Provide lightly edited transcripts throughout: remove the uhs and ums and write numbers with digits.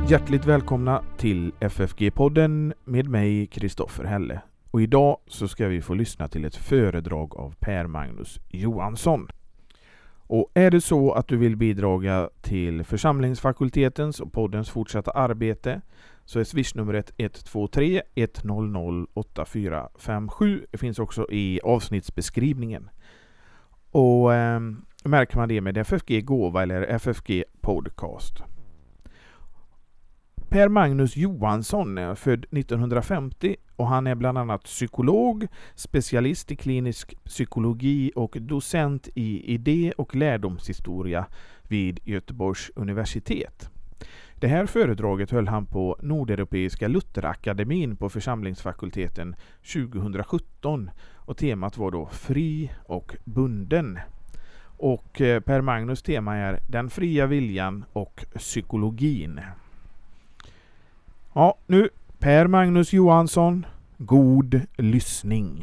Hjärtligt välkomna till FFG-podden med mig, Kristoffer Helle. Och idag så ska vi få lyssna till ett föredrag av Per Magnus Johansson. Och är det så att du vill bidra till församlingsfakultetens och poddens fortsatta arbete så är swishnumret 123 100 8457. Det finns också i avsnittsbeskrivningen. Och märker man det med FFG Gåva eller FFG Podcast. Per Magnus Johansson är född 1950 och han är bland annat psykolog, specialist i klinisk psykologi och docent i idé- och lärdomshistoria vid Göteborgs universitet. Det här föredraget höll han på Nordeuropeiska Lutherakademin på församlingsfakulteten 2017 och temat var då fri och bunden. Och Per Magnus tema är den fria viljan och psykologin. Ja, nu Per Magnus Johansson, god lyssning.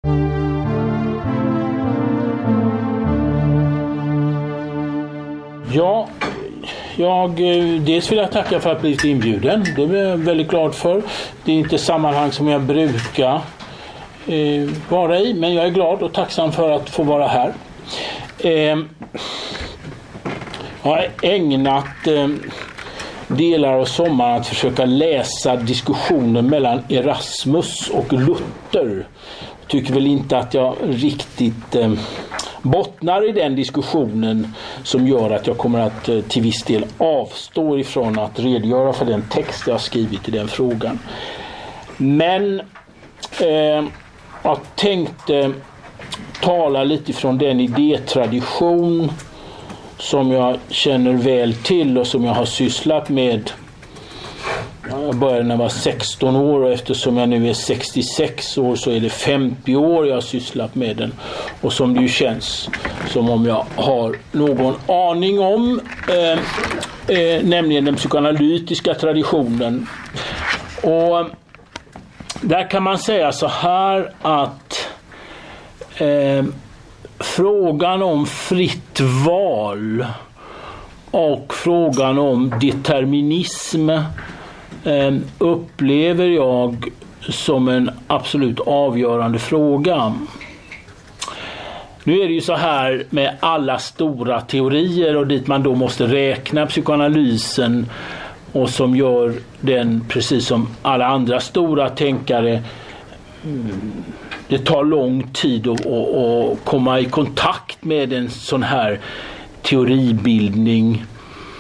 Ja, dels vill jag tacka för att bli inbjuden. Det är jag väldigt glad för. Det är inte sammanhang som jag brukar vara i, men jag är glad och tacksam för att få vara här. Jag har ägnat delar av sommaren att försöka läsa diskussionen mellan Erasmus och Luther. Jag tycker väl inte att jag riktigt bottnar i den diskussionen som gör att jag kommer att till viss del avstå ifrån att redogöra för den text jag har skrivit i den frågan. Men jag tänkte tala lite från den idétradition som jag känner väl till och som jag har sysslat med. Jag började när jag var 16 år och eftersom jag nu är 66 år så är det 50 år jag har sysslat med den. Och som det ju känns som om jag har någon aning om, nämligen den psykoanalytiska traditionen. Och där kan man säga så här att frågan om fritt val och frågan om determinism upplever jag som en absolut avgörande fråga. Nu är det ju så här med alla stora teorier och dit man då måste räkna psykoanalysen och som gör den precis som alla andra stora tänkare. Det tar lång tid att komma i kontakt med en sån här teoribildning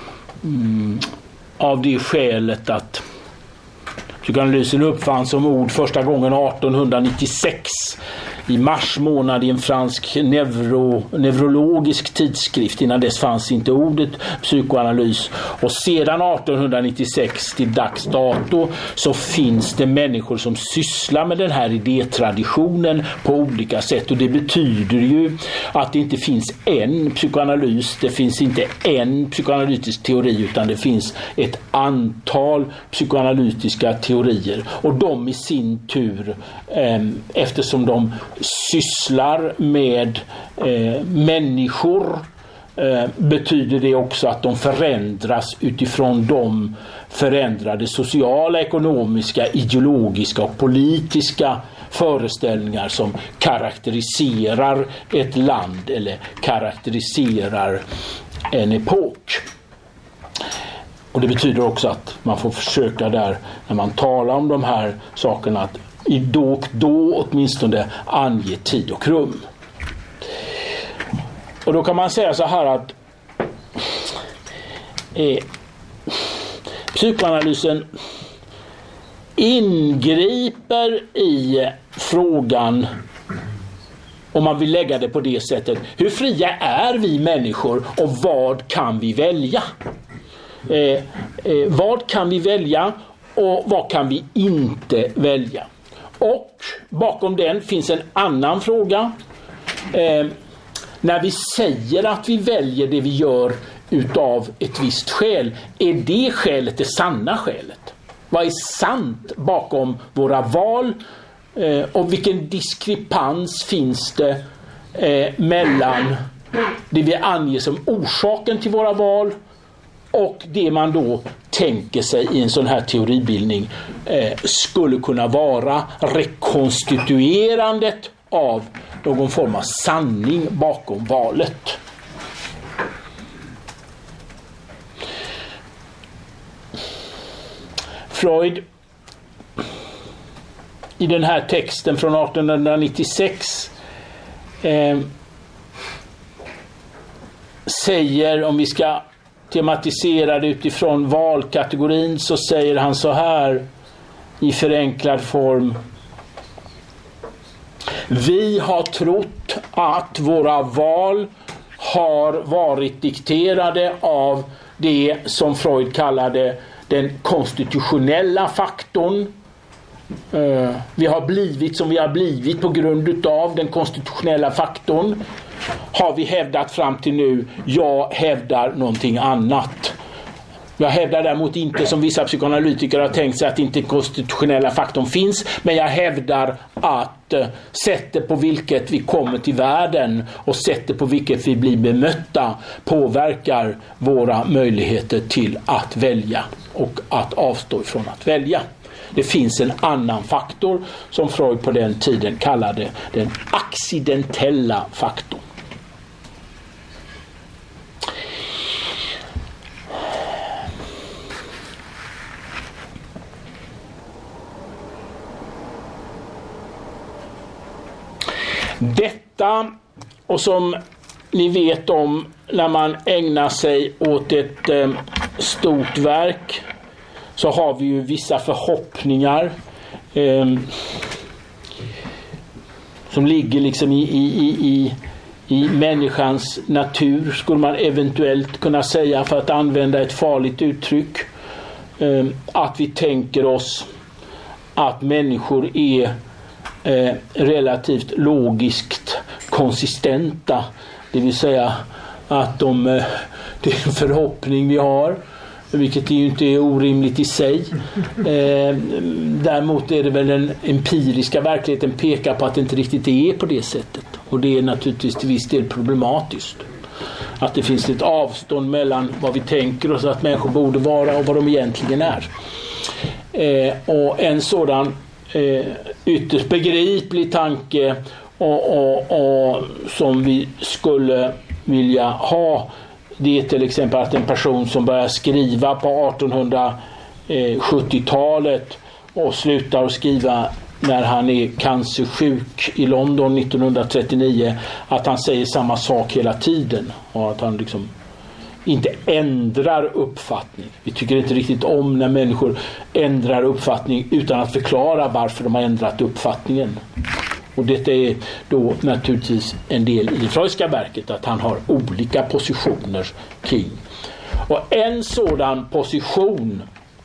av det skälet att psykoanalysen uppfanns som ord första gången 1896 i mars månad i en fransk neurologisk tidskrift. Innan dess fanns inte ordet psykoanalys. Och sedan 1896 till dags dato så finns det människor som sysslar med den här idétraditionen på olika sätt. Och det betyder ju att det inte finns en psykoanalys, det finns inte en psykoanalytisk teori utan det finns ett antal psykoanalytiska teorier. Och de i sin tur, eftersom de sysslar med människor, betyder det också att de förändras utifrån de förändrade sociala, ekonomiska, ideologiska och politiska föreställningar som karaktäriserar ett land eller karaktäriserar en epok. Och det betyder också att man får försöka där, när man talar om de här sakerna, att i då åtminstone ange tid och rum. Och då kan man säga så här att psykoanalysen ingriper i frågan, om man vill lägga det på det sättet, hur fria är vi människor och vad kan vi välja? Vad kan vi välja och vad kan vi inte välja? Och bakom den finns en annan fråga. När vi säger att vi väljer det vi gör utav ett visst skäl, är det skälet det sanna skälet? Vad är sant bakom våra val? Och vilken diskrepans finns det mellan det vi anger som orsaken till våra val Och det man då tänker sig i en sån här teoribildning skulle kunna vara rekonstituerandet av någon form av sanning bakom valet. Freud i den här texten från 1896 säger, om vi ska tematisera det utifrån valkategorin, så säger han så här i förenklad form: vi har trott att våra val har varit dikterade av det som Freud kallade den konstitutionella faktorn. Vi har blivit som vi har blivit på grund av den konstitutionella faktorn, har vi hävdat fram till nu. Jag hävdar någonting annat. Jag hävdar däremot inte, som vissa psykoanalytiker har tänkt sig, att inte konstitutionella faktorn finns, men jag hävdar att sättet på vilket vi kommer till världen och sättet på vilket vi blir bemötta påverkar våra möjligheter till att välja och att avstå ifrån att välja. Det finns en annan faktor som Freud på den tiden kallade den accidentella faktorn. Detta, och som ni vet om när man ägnar sig åt ett stort verk, så har vi ju vissa förhoppningar som ligger liksom i människans natur, skulle man eventuellt kunna säga, för att använda ett farligt uttryck. Att vi tänker oss att människor är relativt logiskt konsistenta, det vill säga att det är en förhoppning vi har, vilket ju inte är orimligt i sig. Däremot är det väl den empiriska verkligheten pekar på att det inte riktigt är på det sättet, och det är naturligtvis till viss del problematiskt. Att det finns ett avstånd mellan vad vi tänker oss att människor borde vara och vad de egentligen är. Och en sådan ytterst begriplig tanke och som vi skulle vilja ha, det är till exempel att en person som börjar skriva på 1870-talet och slutar att skriva när han är cancersjuk i London 1939, att han säger samma sak hela tiden och att han liksom inte ändrar uppfattning. Vi tycker inte riktigt om när människor ändrar uppfattning utan att förklara varför de har ändrat uppfattningen. Och detta är då naturligtvis en del i det freudska verket, att han har olika positioner kring. Och en sådan position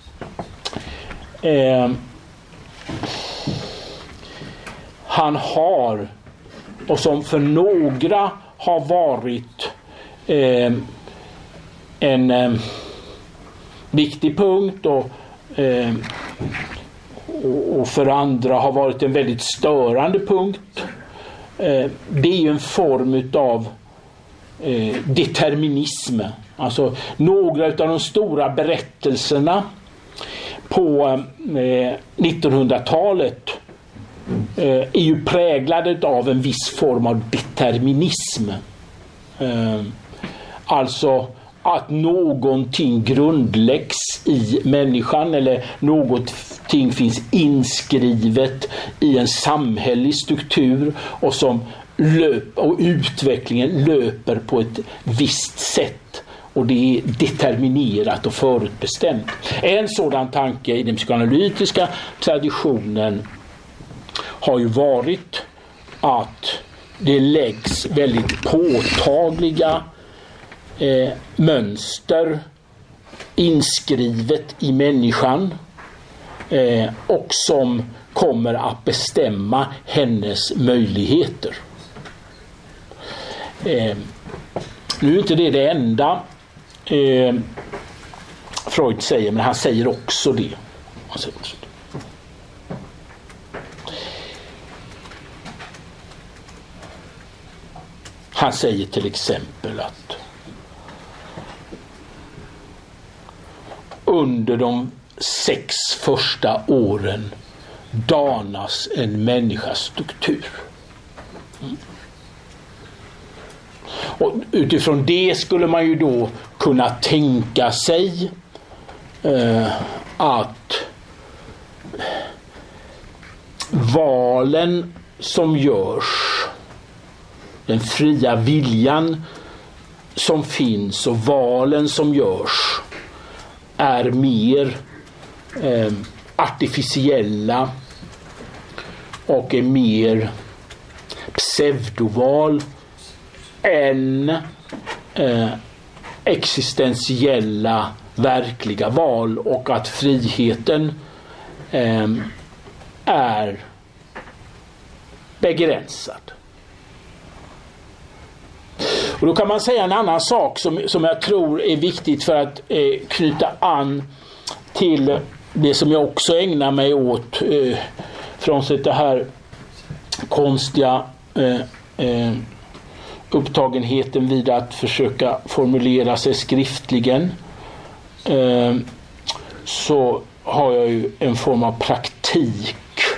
han har, och som för några har varit en viktig punkt och för andra har varit en väldigt störande punkt, det är ju en form av determinism. Alltså några av de stora berättelserna på 1900-talet är ju präglade av en viss form av determinism. Alltså att någonting grundläggs i människan, eller någonting finns inskrivet i en samhällelig struktur och som och utvecklingen löper på ett visst sätt, och det är determinerat och förutbestämt. En sådan tanke i den psykoanalytiska traditionen har ju varit att det läggs väldigt påtagliga mönster inskrivet i människan och som kommer att bestämma hennes möjligheter. Nu är inte det enda Freud säger, men han säger också det. Han säger till exempel att under de 6 första åren danas en människas struktur. Och utifrån det skulle man ju då kunna tänka sig att valen som görs, den fria viljan som finns och valen som görs är mer artificiella och är mer pseudoval än existentiella verkliga val, och att friheten är begränsad. Och då kan man säga en annan sak som jag tror är viktigt för att knyta an till det som jag också ägnar mig åt, frånsett det här konstiga upptagenheten vid att försöka formulera sig skriftligen, så har jag ju en form av praktik.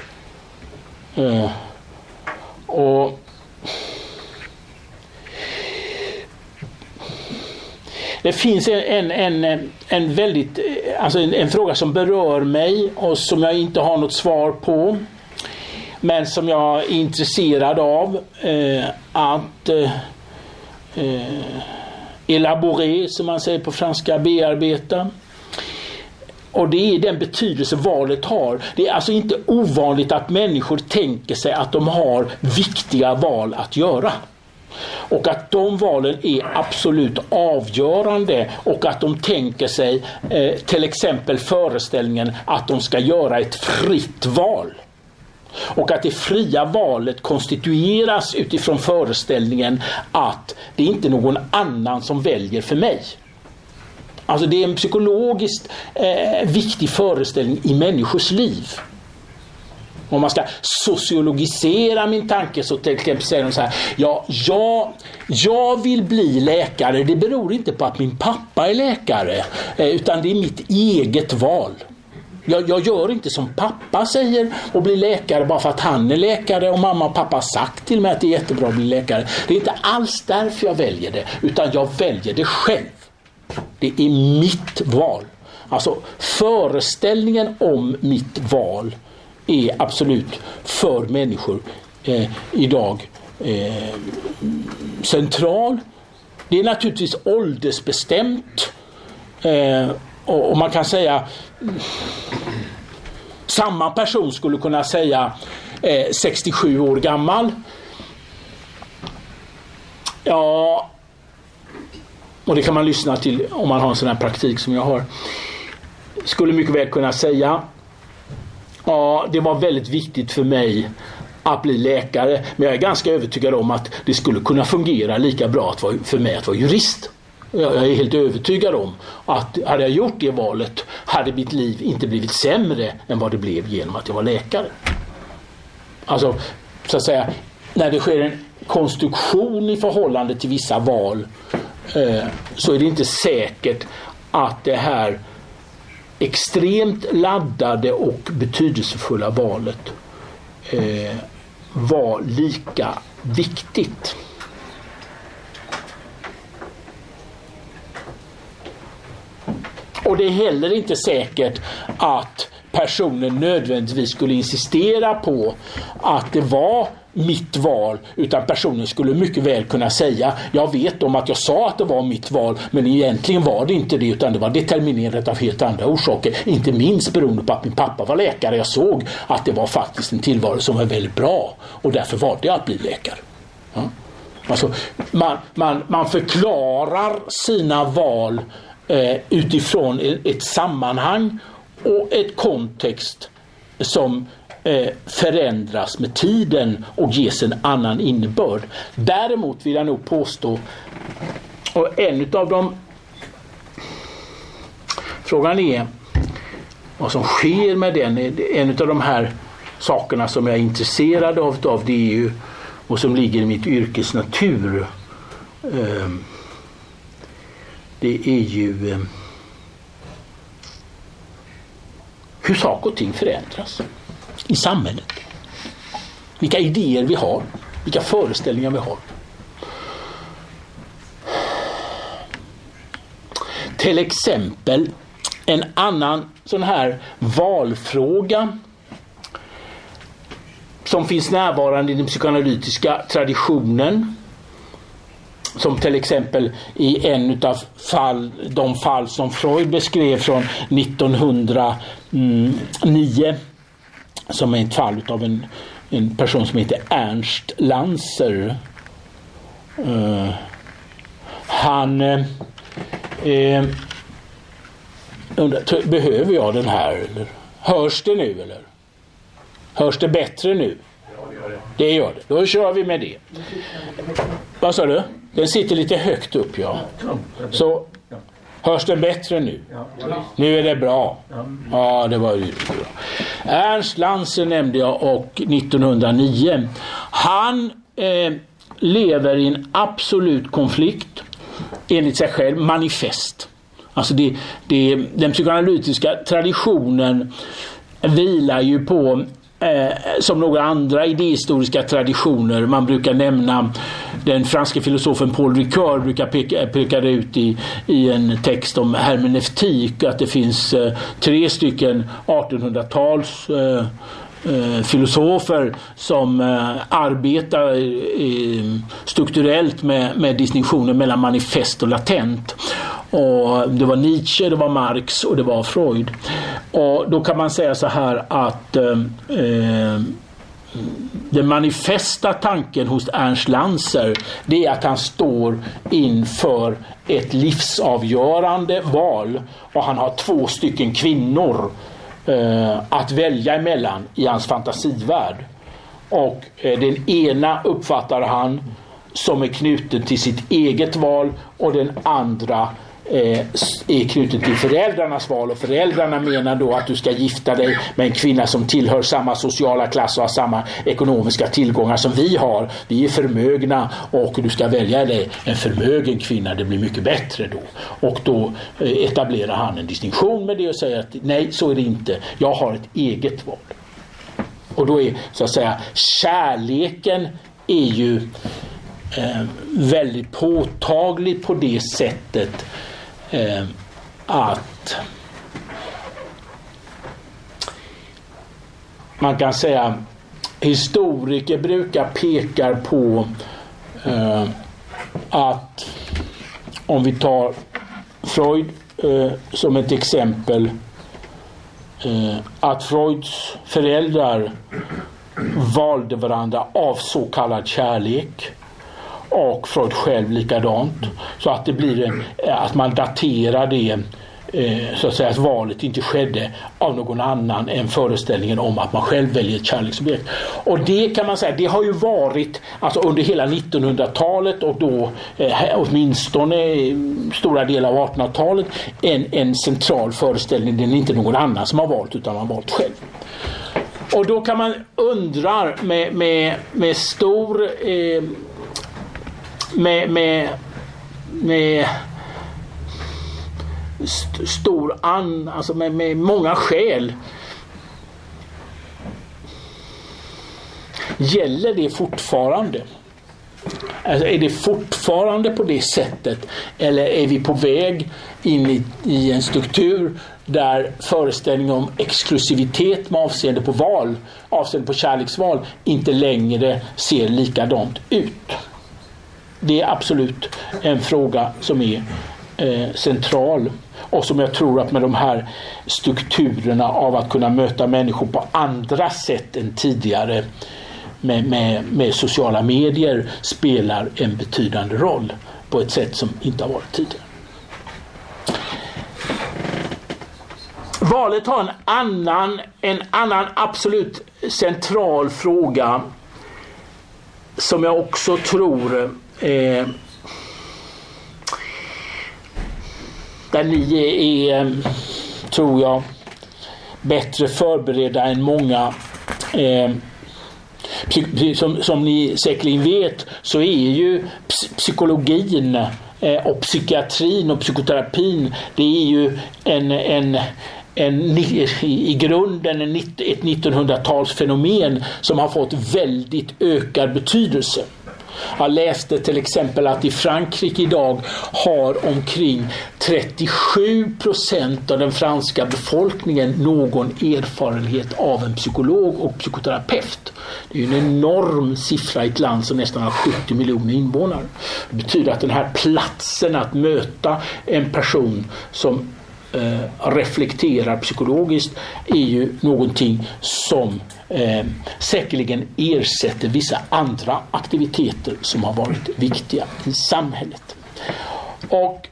Och det finns en väldigt, alltså en fråga som berör mig och som jag inte har något svar på, men som jag är intresserad av att elaborer, som man säger på franska, bearbeta. Och det är den betydelse valet har. Det är alltså inte ovanligt att människor tänker sig att de har viktiga val att göra. Och att de valen är absolut avgörande, och att de tänker sig till exempel föreställningen att de ska göra ett fritt val. Och att det fria valet konstitueras utifrån föreställningen att det är inte någon annan som väljer för mig. Alltså det är en psykologiskt viktig föreställning i människors liv. Om man ska sociologisera min tanke, så till exempel säger de så här: jag vill bli läkare, det beror inte på att min pappa är läkare, utan det är mitt eget val. Jag gör inte som pappa säger och blir läkare bara för att han är läkare och mamma och pappa har sagt till mig att det är jättebra att bli läkare. Det är inte alls därför jag väljer det, utan jag väljer det själv. Det är mitt val. Alltså föreställningen om mitt val är absolut för människor idag central. Det är naturligtvis åldersbestämt, och man kan säga samma person skulle kunna säga 67 år gammal. Ja, och det kan man lyssna till om man har en sån här praktik som jag har. Skulle mycket väl kunna säga: ja, det var väldigt viktigt för mig att bli läkare, men jag är ganska övertygad om att det skulle kunna fungera lika bra för mig att vara jurist. Jag är helt övertygad om att hade jag gjort det valet hade mitt liv inte blivit sämre än vad det blev genom att jag var läkare. Alltså, så att säga, när det sker en konstruktion i förhållande till vissa val, så är det inte säkert att det här extremt laddade och betydelsefulla valet var lika viktigt. Och det är heller inte säkert att personen nödvändigtvis skulle insistera på att det var mitt val, utan personen skulle mycket väl kunna säga: jag vet om att jag sa att det var mitt val, men egentligen var det inte det, utan det var determinerat av helt andra orsaker, inte minst beroende på att min pappa var läkare. Jag såg att det var faktiskt en tillvaro som var väldigt bra, och därför valde jag att bli läkare. Ja. Alltså, man förklarar sina val utifrån ett sammanhang och ett kontext som förändras med tiden och ges en annan innebörd. Däremot vill jag nog påstå, och en av de frågan är vad som sker med den, en av de här sakerna som jag är intresserad av, det är ju, och som ligger i mitt yrkes natur, det är ju hur saker och ting förändras i samhället. Vilka idéer vi har, vilka föreställningar vi har. Till exempel en annan sån här valfråga som finns närvarande i den psykoanalytiska traditionen, som till exempel i en av de fall som Freud beskrev från 1909, som är ett fall av en person som heter Ernst Lanser. Han undrar, behöver jag den här eller? Hörs det nu eller? Hörs det bättre nu? Det gör det. Då kör vi med det. Vad sa du? Den sitter lite högt upp, ja. Så hörs det bättre nu? Nu är det bra. Ja, det var ju bra. Ernst Lanser nämnde jag, och 1909. Han lever i en absolut konflikt, enligt sig själv, manifest. Alltså den psykoanalytiska traditionen vilar ju på som några andra idéhistoriska traditioner. Man brukar nämna den franske filosofen Paul Ricoeur, brukar peka ut i en text om hermeneutik att det finns 3 stycken 1800-tals filosofer som arbetar strukturellt med distinktioner mellan manifest och latent. Och det var Nietzsche, det var Marx och det var Freud. Och då kan man säga så här att den manifesta tanken hos Ernst Lanser, det är att han står inför ett livsavgörande val, och han har 2 stycken kvinnor att välja emellan i hans fantasivärld. Och den ena uppfattar han som är knuten till sitt eget val, och den andra är knuten till föräldrarnas val, och föräldrarna menar då att du ska gifta dig med en kvinna som tillhör samma sociala klass och har samma ekonomiska tillgångar som vi har. Vi är förmögna, och du ska välja dig en förmögen kvinna, det blir mycket bättre då. Och då etablerar han en distinktion med det och säger att nej, så är det inte. Jag har ett eget val. Och då är så att säga kärleken är ju väldigt påtaglig på det sättet att man kan säga historiker brukar peka på att om vi tar Freud som ett exempel, att Freuds föräldrar valde varandra av så kallad kärlek, och Freud själv likadant, så att det blir att man daterar det så att säga, att valet inte skedde av någon annan än föreställningen om att man själv väljer ett kärleksobjekt. Och det kan man säga, det har ju varit alltså under hela 1900-talet, och då åtminstone stora delar av 1800-talet en central föreställning. Det är inte någon annan som har valt, utan man har valt själv. Och då kan man undra med stor med många skäl, gäller det fortfarande? Alltså, är det fortfarande på det sättet, eller är vi på väg in i en struktur där föreställningen om exklusivitet med avseende på kärleksval inte längre ser likadant ut? Det är absolut en fråga som är central, och som jag tror att med de här strukturerna av att kunna möta människor på andra sätt än tidigare med sociala medier spelar en betydande roll på ett sätt som inte har varit tidigare. Valet har en annan absolut central fråga som jag också tror där ni är tror jag bättre förberedda än många. Som ni säkerligen vet, så är ju psykologin och psykiatrin och psykoterapin, det är ju i grunden ett 1900-talsfenomen som har fått väldigt ökad betydelse. Jag läste till exempel att i Frankrike idag har omkring 37% av den franska befolkningen någon erfarenhet av en psykolog och psykoterapeut. Det är ju en enorm siffra i ett land som nästan har 70 miljoner invånare. Det betyder att den här platsen att möta en person som reflekterar psykologiskt är ju någonting som säkerligen ersätter vissa andra aktiviteter som har varit viktiga i samhället. Och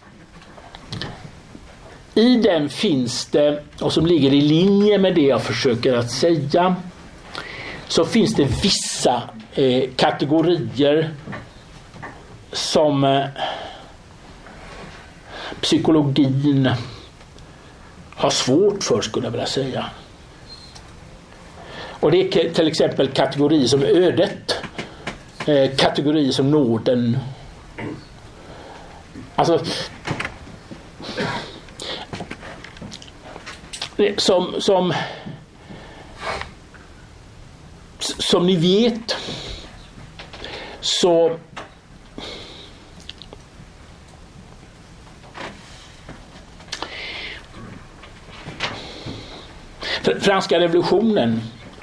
i den finns det, och som ligger i linje med det jag försöker att säga, så finns det vissa kategorier som psykologin har svårt för, skulle jag vilja säga. Och det är till exempel kategorier som ödet, kategorier som nåden. Alltså som ni vet så franska revolutionen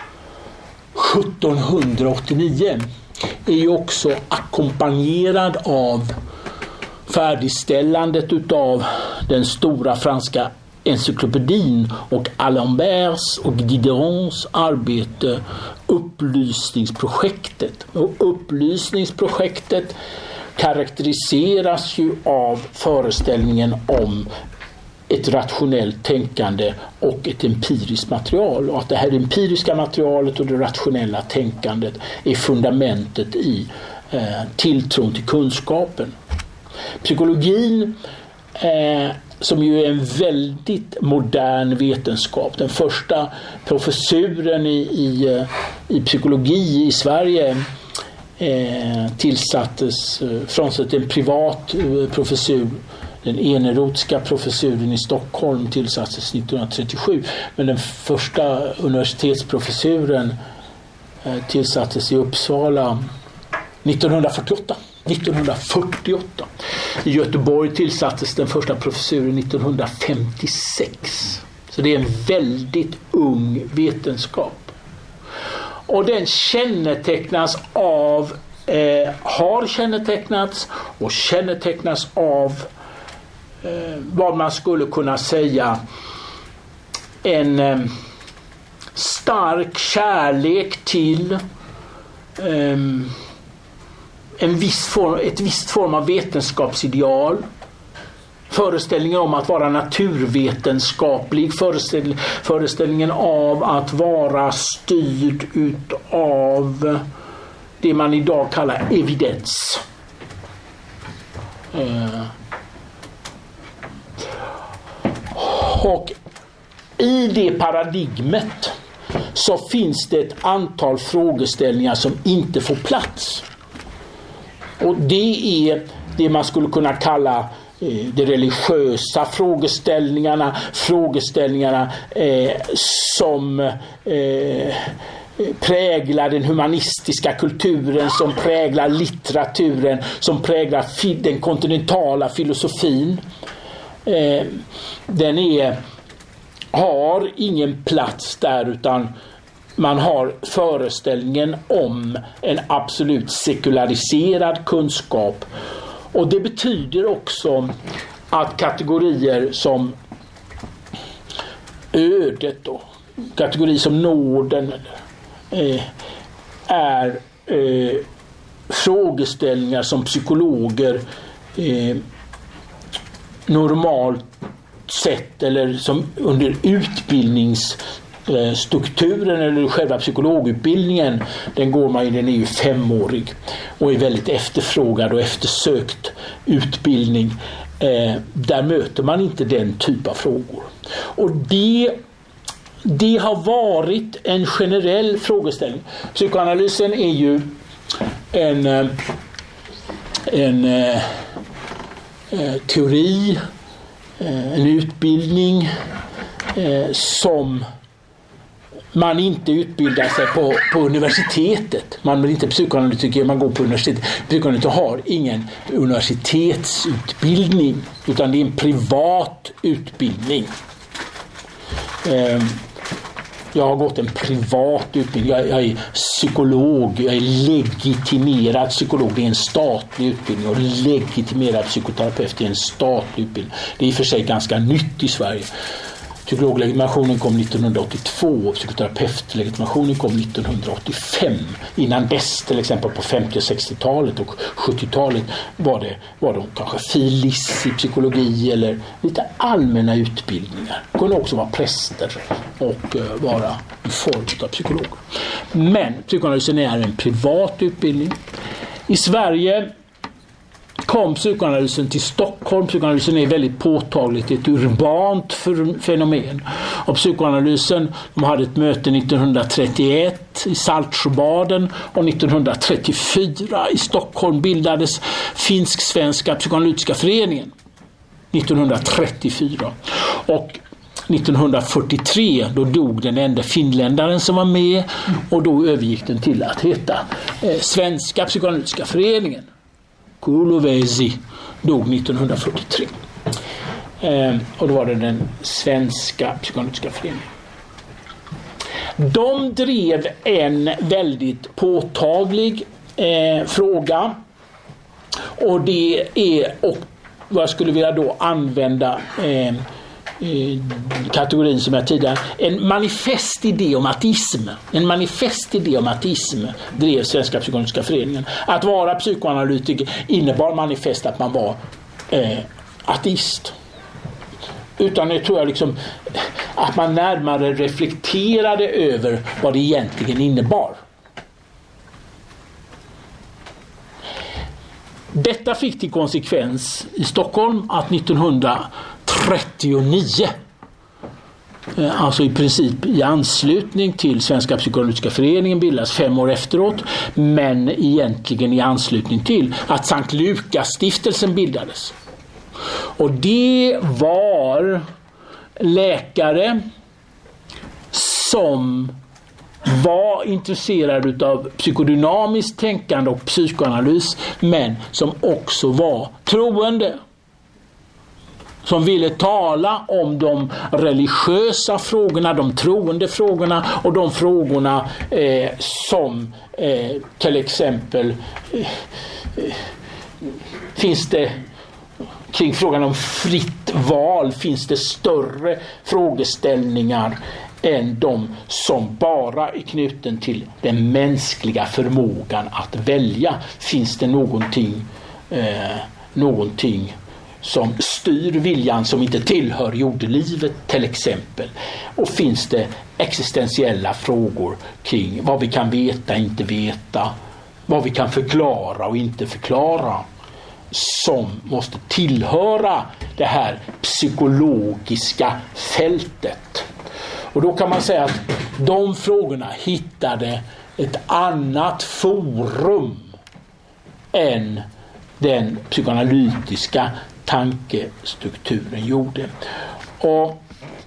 1789 är ju också ackompanjerad av färdigställandet utav den stora franska encyklopedin och Alamberts och Diderons arbete upplysningsprojektet. Och upplysningsprojektet karaktäriseras ju av föreställningen om ett rationellt tänkande och ett empiriskt material, och att det här empiriska materialet och det rationella tänkandet är fundamentet i tilltron till kunskapen. Psykologin som ju är en väldigt modern vetenskap. Den första professuren i psykologi i Sverige tillsattes, frånsett en privat professur, den Enerothska professuren i Stockholm tillsattes 1937, men den första universitetsprofessuren tillsattes i Uppsala 1948. I Göteborg tillsattes den första professuren 1956. Så det är en väldigt ung vetenskap. Och den kännetecknas av, har kännetecknats och kännetecknas av vad man skulle kunna säga en stark kärlek till ett visst form av vetenskapsideal, föreställningen om att vara naturvetenskaplig, föreställningen av att vara styrd utav det man idag kallar evidens. Och i det paradigmet så finns det ett antal frågeställningar som inte får plats. Och det är det man skulle kunna kalla de religiösa frågeställningarna som präglar den humanistiska kulturen, som präglar litteraturen, som präglar den kontinentala filosofin. Den har ingen plats där, utan man har föreställningen om en absolut sekulariserad kunskap. Och det betyder också att kategorier som ödet då, kategorier som nåden är frågeställningar som psykologer normalt sett, eller som under utbildningsstrukturen eller själva psykologutbildningen, den är ju 5-årig och är väldigt efterfrågad och eftersökt utbildning. Där möter man inte den typ av frågor. Och det har varit en generell frågeställning. Psykoanalysen är ju en teori, en utbildning som man inte utbildar sig på universitetet. Man är inte psykoanalytiker, man går på universitetet. Psykoanalytiker har ingen universitetsutbildning, utan det är en privat utbildning. Jag har gått en privat utbildning. Jag är psykolog, jag är legitimerad psykolog. Det är en statlig utbildning, och legitimerad psykoterapeut är en statlig utbildning. Det är i och för sig ganska nytt i Sverige. Psykologlegitimationen kom 1982 och psykoterapeutlegitimationen kom 1985. Innan dess, till exempel på 50- och 60-talet och 70-talet, var de kanske filis i psykologi eller lite allmänna utbildningar. Det kunde också vara präster och vara en form av psykolog. Men psykoanalysen är en privat utbildning. I Sverige kom psykoanalysen till Stockholm. Psykoanalysen är väldigt påtagligt ett urbant fenomen. Och psykoanalysen, de hade ett möte 1931 i Saltsjöbaden, och 1934 i Stockholm bildades Finsk-svenska psykoanalytiska föreningen 1934. Och 1943 då dog den enda finländaren som var med, och då övergick den till att heta Svenska psykoanalytiska föreningen. Kulovesi dog 1943. Och då var det den Svenska psykoanalytiska föreningen. De drev en väldigt påtaglig fråga, och det är, och vad jag skulle vilja då använda kategorin som jag tidigare, en manifest idé om ateism. En manifest idé om ateism drev Svenska psykoanalytiska föreningen. Att vara psykoanalytiker innebar manifest att man var ateist. Utan jag tror liksom att man närmare reflekterade över vad det egentligen innebar. Detta fick till konsekvens i Stockholm att 1939, alltså i princip i anslutning till Svenska psykoanalytiska föreningen, bildas 5 år efteråt, men egentligen i anslutning till att Sankt Lukas-stiftelsen bildades. Och det var läkare som var intresserade av psykodynamiskt tänkande och psykoanalys, men som också var troende, som ville tala om de religiösa frågorna, de troende frågorna, och de frågorna som till exempel finns det kring frågan om fritt val, finns det större frågeställningar än de som bara är knuten till den mänskliga förmågan att välja. Finns det någonting som styr viljan som inte tillhör jordelivet till exempel? Och finns det existentiella frågor kring vad vi kan veta, inte veta, vad vi kan förklara och inte förklara, som måste tillhöra det här psykologiska fältet? Och då kan man säga att de frågorna hittade ett annat forum än den psykoanalytiska tankestrukturen gjorde. Och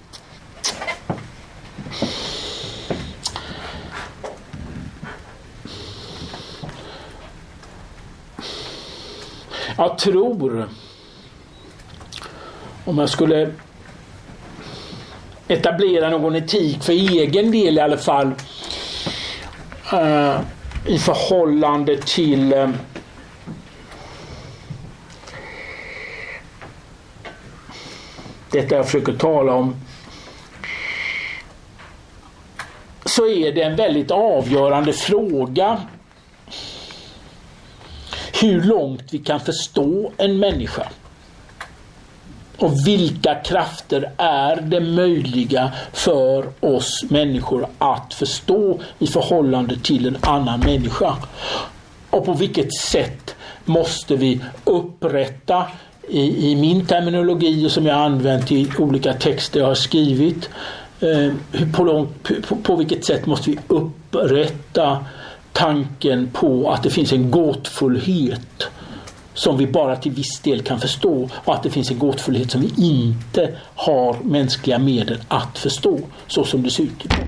jag tror, om jag skulle etablera någon etik för egen del i alla fall, i förhållande till detta jag försöker tala om, så är det en väldigt avgörande fråga hur långt vi kan förstå en människa. Och vilka krafter är det möjliga för oss människor att förstå i förhållande till en annan människa? Och på vilket sätt måste vi upprätta, i min terminologi och som jag använt i olika texter jag har skrivit, på vilket sätt måste vi upprätta tanken på att det finns en gåtfullhet som vi bara till viss del kan förstå, och att det finns en gåtfullhet som vi inte har mänskliga medel att förstå, så som det ser ut idag.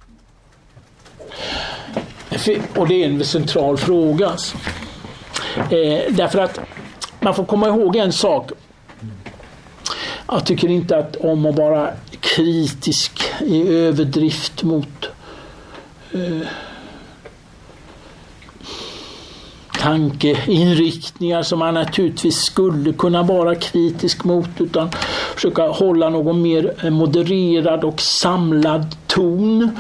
Och det är en central fråga. Därför att man får komma ihåg en sak. Jag tycker inte att om att vara kritisk i överdrift mot tankeinriktningar som man naturligtvis skulle kunna vara kritisk mot, utan försöka hålla någon mer modererad och samlad ton.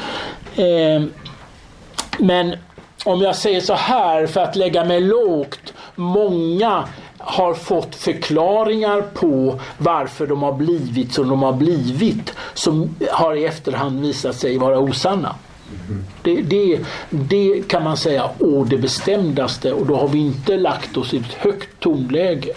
Men om jag säger så här, för att lägga mig lågt, många har fått förklaringar på varför de har blivit som de har blivit, som har i efterhand visat sig vara osanna. Det kan man säga det bestämdaste, och då har vi inte lagt oss i ett högt tonläge.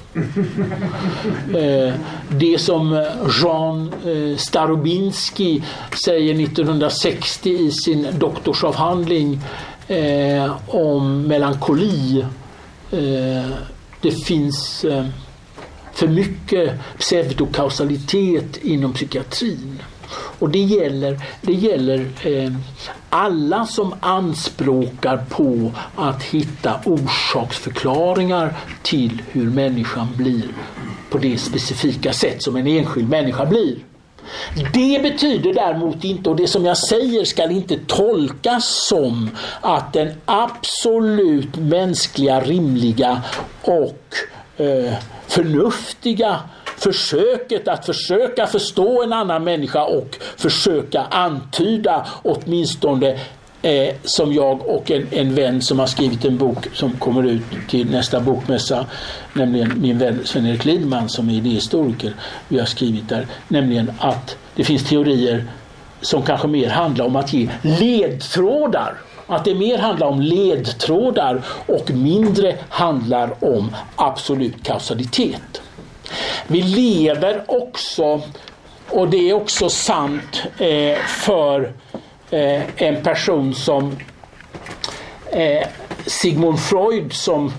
Det som Jean Starobinski säger 1960 i sin doktorsavhandling om melankoli, det finns för mycket pseudokausalitet inom psykiatrin. Och det gäller alla som anspråkar på att hitta orsaksförklaringar till hur människan blir på det specifika sätt som en enskild människa blir. Det betyder däremot inte, och det som jag säger ska inte tolkas som att den absolut mänskliga, rimliga och förnuftiga försöket att försöka förstå en annan människa och försöka antyda åtminstone som jag och en vän som har skrivit en bok som kommer ut till nästa bokmässa, nämligen min vän Sven-Erik Lidman som är idéhistoriker, vi har skrivit där, nämligen att det finns teorier som kanske mer handlar om att ge ledtrådar, att det mer handlar om ledtrådar och mindre handlar om absolut kausalitet. Vi lever också, och det är också sant för en person som Sigmund Freud, som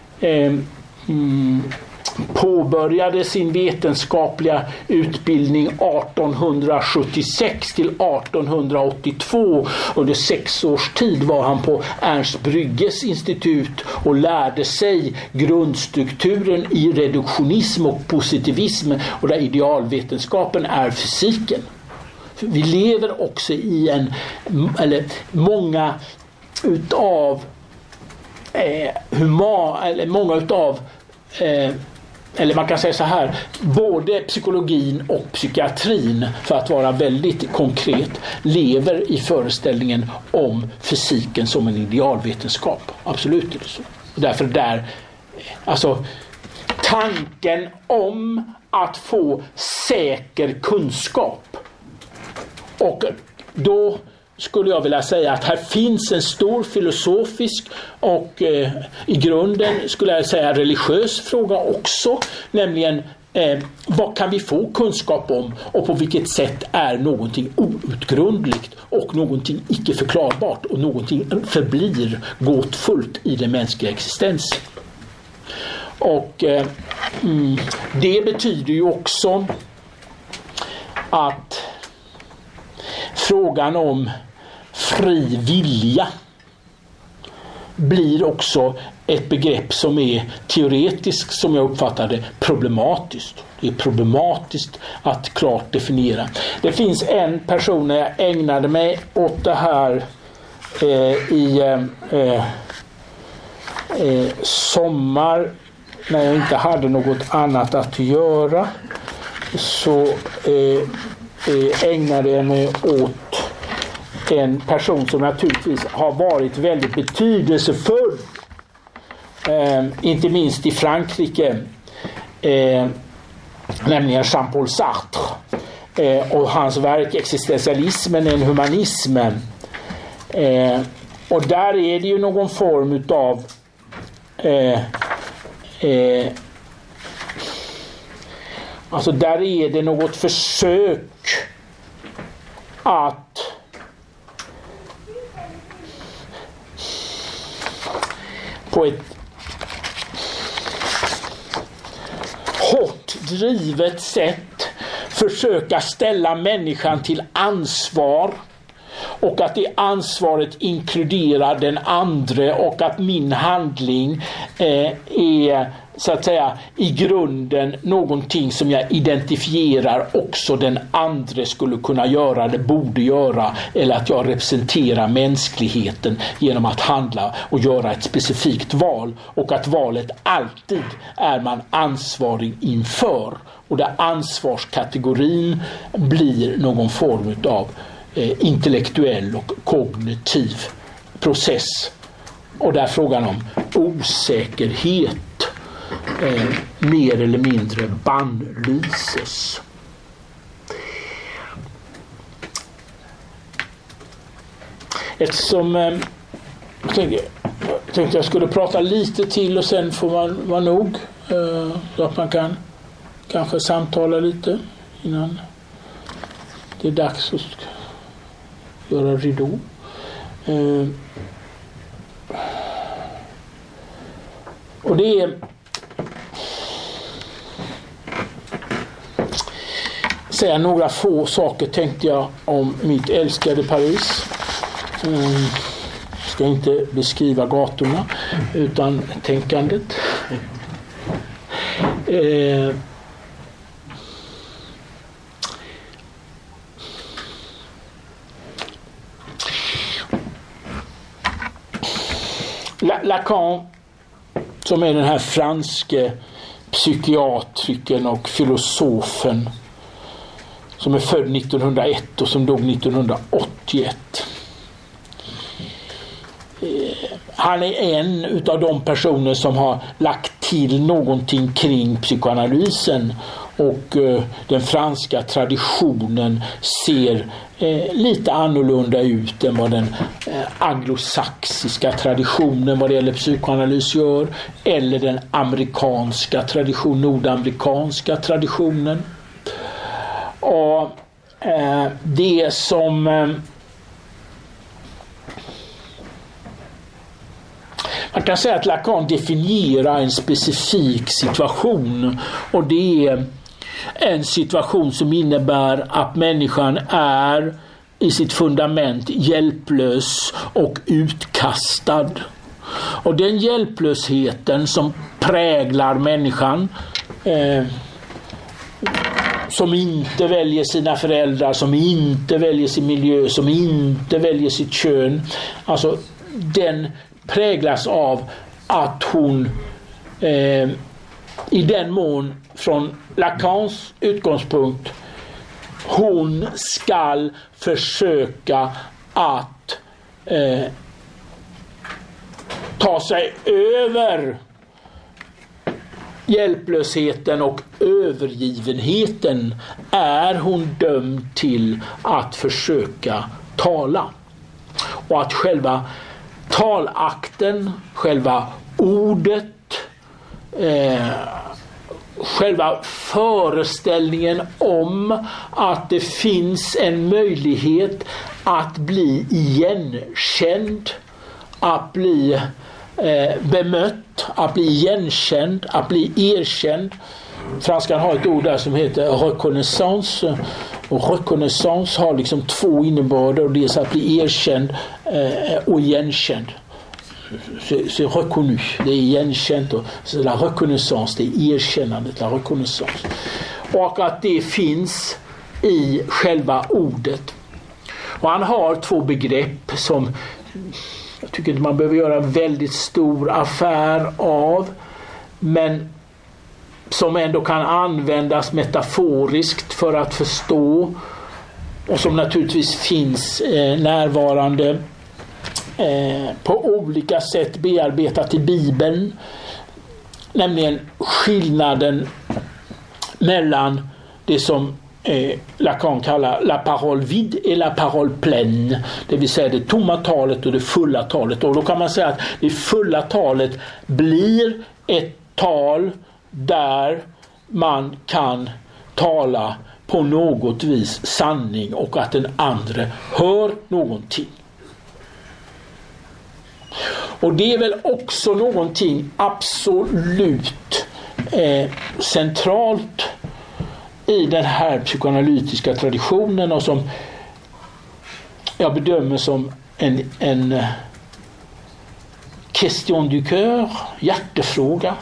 påbörjade sin vetenskapliga utbildning 1876 till 1882. Under 6 års tid var han på Ernst Brügges institut och lärde sig grundstrukturen i reduktionism och positivism, och där idealvetenskapen är fysiken. Vi lever också i många utav eller man kan säga så här, både psykologin och psykiatrin, för att vara väldigt konkret, lever i föreställningen om fysiken som en idealvetenskap. Absolut är det så. Därför alltså tanken om att få säker kunskap, och då skulle jag vilja säga att här finns en stor filosofisk och i grunden skulle jag säga religiös fråga också, nämligen vad kan vi få kunskap om och på vilket sätt är någonting outgrundligt och någonting icke förklarbart och någonting förblir gåtfullt i den mänskliga existensen. Och det betyder ju också att frågan om fri vilja blir också ett begrepp som är teoretiskt, som jag uppfattar det, problematiskt. Det är problematiskt att klart definiera. Det finns en person, när jag ägnade mig åt det här sommar, när jag inte hade något annat att göra, så ägnade jag mig åt en person som naturligtvis har varit väldigt betydelsefull, inte minst i Frankrike, nämligen Jean-Paul Sartre, och hans verk Existentialismen, en humanismen. Och där är det ju någon form utav alltså där är det något försök att på ett drivet sätt försöka ställa människan till ansvar, och att det ansvaret inkluderar den andra, och att min handling är så att säga i grunden någonting som jag identifierar också den andra skulle kunna göra eller borde göra, eller att jag representerar mänskligheten genom att handla och göra ett specifikt val, och att valet alltid är man ansvarig inför, och där ansvarskategorin blir någon form av intellektuell och kognitiv process, och där frågan om osäkerhet mer eller mindre bannlyses. Eftersom jag tänkte jag skulle prata lite till och sen får man vara nog, så att man kan kanske samtala lite innan det är dags att göra ridå. Och det är säga några få saker tänkte jag om mitt älskade Paris. Ska inte beskriva gatorna utan tänkandet. Lacan, som är den här franske psykiatrikern och filosofen som är född 1901 och som dog 1981. Han är en utav de personer som har lagt till någonting kring psykoanalysen, och den franska traditionen ser lite annorlunda ut än vad den anglosaxiska traditionen vad det gäller psykoanalys gör, eller den amerikanska traditionen, nordamerikanska traditionen. Och det som man kan säga att Lacan definierar en specifik situation, och det är en situation som innebär att människan är i sitt fundament hjälplös och utkastad. Och den hjälplösheten som präglar människan, som inte väljer sina föräldrar, som inte väljer sin miljö, som inte väljer sitt kön, alltså den präglas av att hon i den mån från Lacans utgångspunkt hon skall försöka att ta sig över hjälplösheten och övergivenheten, är hon dömd till att försöka tala. Och att själva talakten, själva ordet, själva föreställningen om att det finns en möjlighet att bli igenkänd, att bli bemött, att bli igenkänd, att bli erkänd. Franskan har ett ord där som heter reconnaissance, och reconnaissance har liksom två innebörder, och det är så att bli erkänd och igenkänd. C'est reconnu, det är igenkänt, och så la reconnaissance, det är erkännandet, la reconnaissance. Och att det finns i själva ordet. Och han har två begrepp som jag tycker inte man behöver göra en väldigt stor affär av, men som ändå kan användas metaforiskt för att förstå, och som naturligtvis finns närvarande på olika sätt bearbetat i Bibeln, nämligen skillnaden mellan det som Lacan kallar la parole vide et la parole pleine, det vill säga det tomma talet och det fulla talet. Och då kan man säga att det fulla talet blir ett tal där man kan tala på något vis sanning, och att den andra hör någonting. Och det är väl också någonting absolut centralt i den här psykoanalytiska traditionen och som jag bedömer som en question du cœur, hjärtefråga.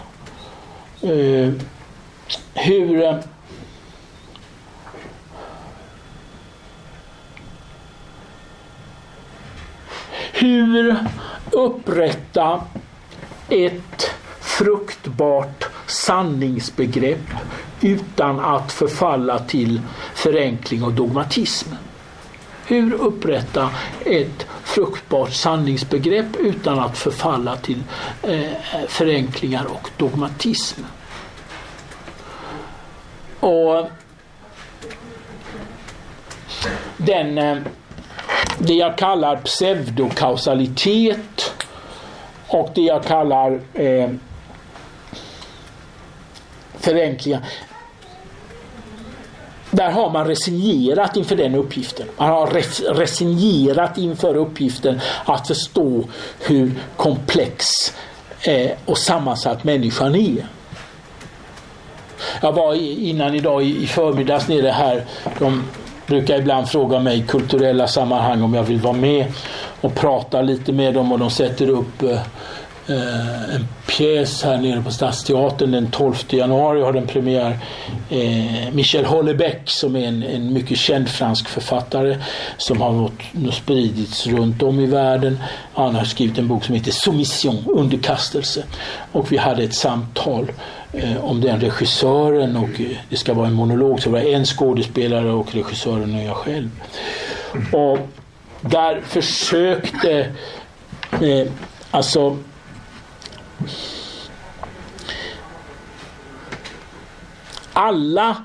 Hur upprätta ett fruktbart sanningsbegrepp utan att förfalla till förenkling och dogmatism? Hur upprätta ett fruktbart sanningsbegrepp utan att förfalla till förenklingar och dogmatism? Och det jag kallar pseudokausalitet och det jag kallar förenklingar, där har man resignerat inför den uppgiften. Man har resignerat inför uppgiften att förstå hur komplex och sammansatt människan är. Jag var innan idag i förmiddags nere här. De brukar ibland fråga mig i kulturella sammanhang om jag vill vara med och prata lite med dem, och de sätter upp en pjäs här nere på Stadsteatern den 12 januari har den premiär. Michel Houellebecq, som är en mycket känd fransk författare som har spridits runt om i världen. Han har skrivit en bok som heter Soumission, underkastelse, och vi hade ett samtal om den regissören, och det ska vara en monolog, så det var en skådespelare och regissören och jag själv. Och där försökte alla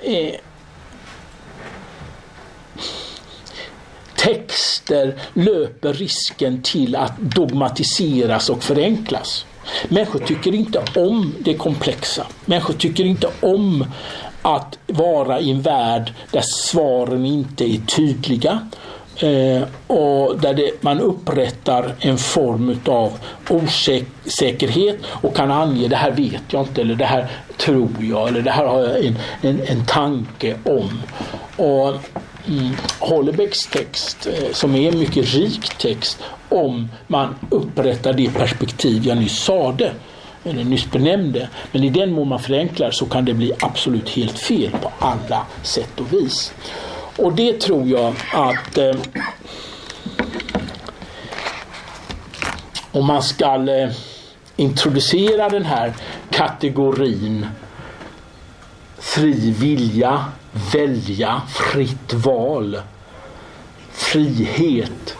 texter löper risken till att dogmatiseras och förenklas. Människor tycker inte om det komplexa. Människor tycker inte om att vara i en värld där svaren inte är tydliga. Och där man upprättar en form av osäkerhet och kan ange det här vet jag inte, eller det här tror jag, eller det här har jag en tanke om. Och Houellebecqs text, som är en mycket rik text, om man upprättar det perspektiv jag nyss sade eller nyss benämnde, men i den mån man förenklar så kan det bli absolut helt fel på alla sätt och vis. Och det tror jag att om man ska introducera den här kategorin fri vilja, välja, fritt val, frihet,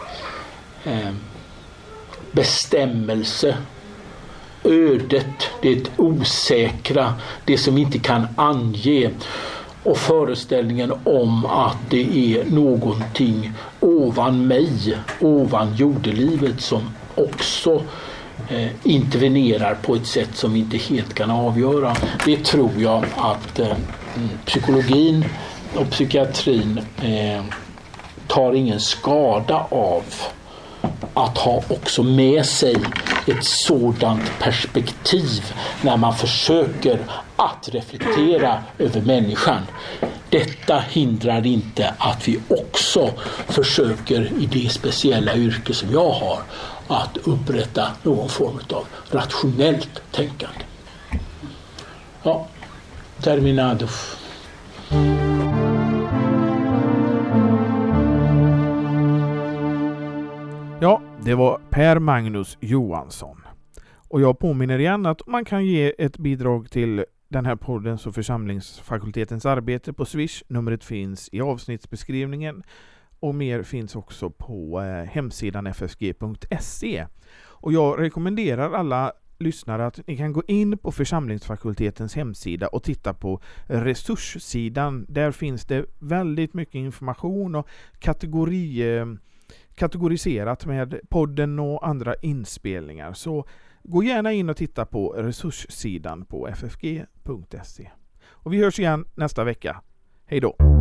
bestämmelse, ödet, det osäkra, det som inte kan ange, och föreställningen om att det är någonting ovan mig, ovan jordelivet, som också intervenerar på ett sätt som vi inte helt kan avgöra. Det tror jag att psykologin och psykiatrin tar ingen skada av att ha också med sig ett sådant perspektiv när man försöker att reflektera över människan. Detta hindrar inte att vi också försöker i det speciella yrke som jag har att upprätta någon form av rationellt tänkande. Ja, terminado. Ja, det var Per Magnus Johansson. Och jag påminner igen att man kan ge ett bidrag till den här poddens och församlingsfakultetens arbete på Swish. Numret finns i avsnittsbeskrivningen och mer finns också på hemsidan ffg.se. Och jag rekommenderar alla lyssnare att ni kan gå in på församlingsfakultetens hemsida och titta på resurssidan. Där finns det väldigt mycket information och kategoriserat med podden och andra inspelningar. Så gå gärna in och titta på resurssidan på ffg.se. Och vi hörs igen nästa vecka. Hej då!